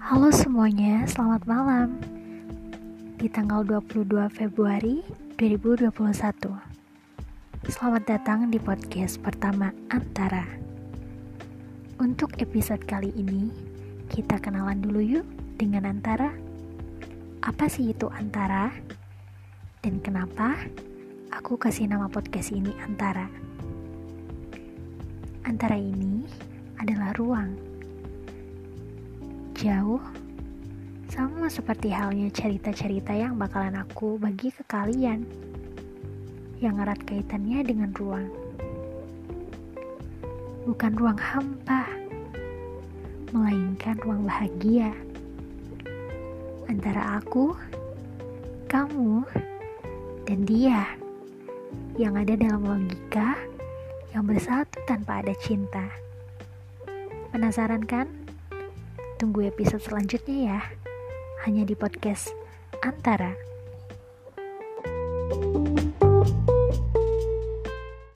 Halo semuanya, selamat malam. Di tanggal 22 Februari 2021. Selamat datang di podcast pertama Antara. Untuk episode kali ini, kita kenalan dulu yuk dengan Antara. Apa sih itu Antara? Dan kenapa aku kasih nama podcast ini Antara? Antara ini adalah ruang. Jauh, sama seperti halnya cerita-cerita yang bakalan aku bagi ke kalian, yang erat kaitannya dengan ruang. Bukan ruang hampa, melainkan ruang bahagia. Antara aku, kamu, dan dia, yang ada dalam logika, yang bersatu tanpa ada cinta. Penasaran kan? Tunggu episode selanjutnya ya, hanya di podcast Antara.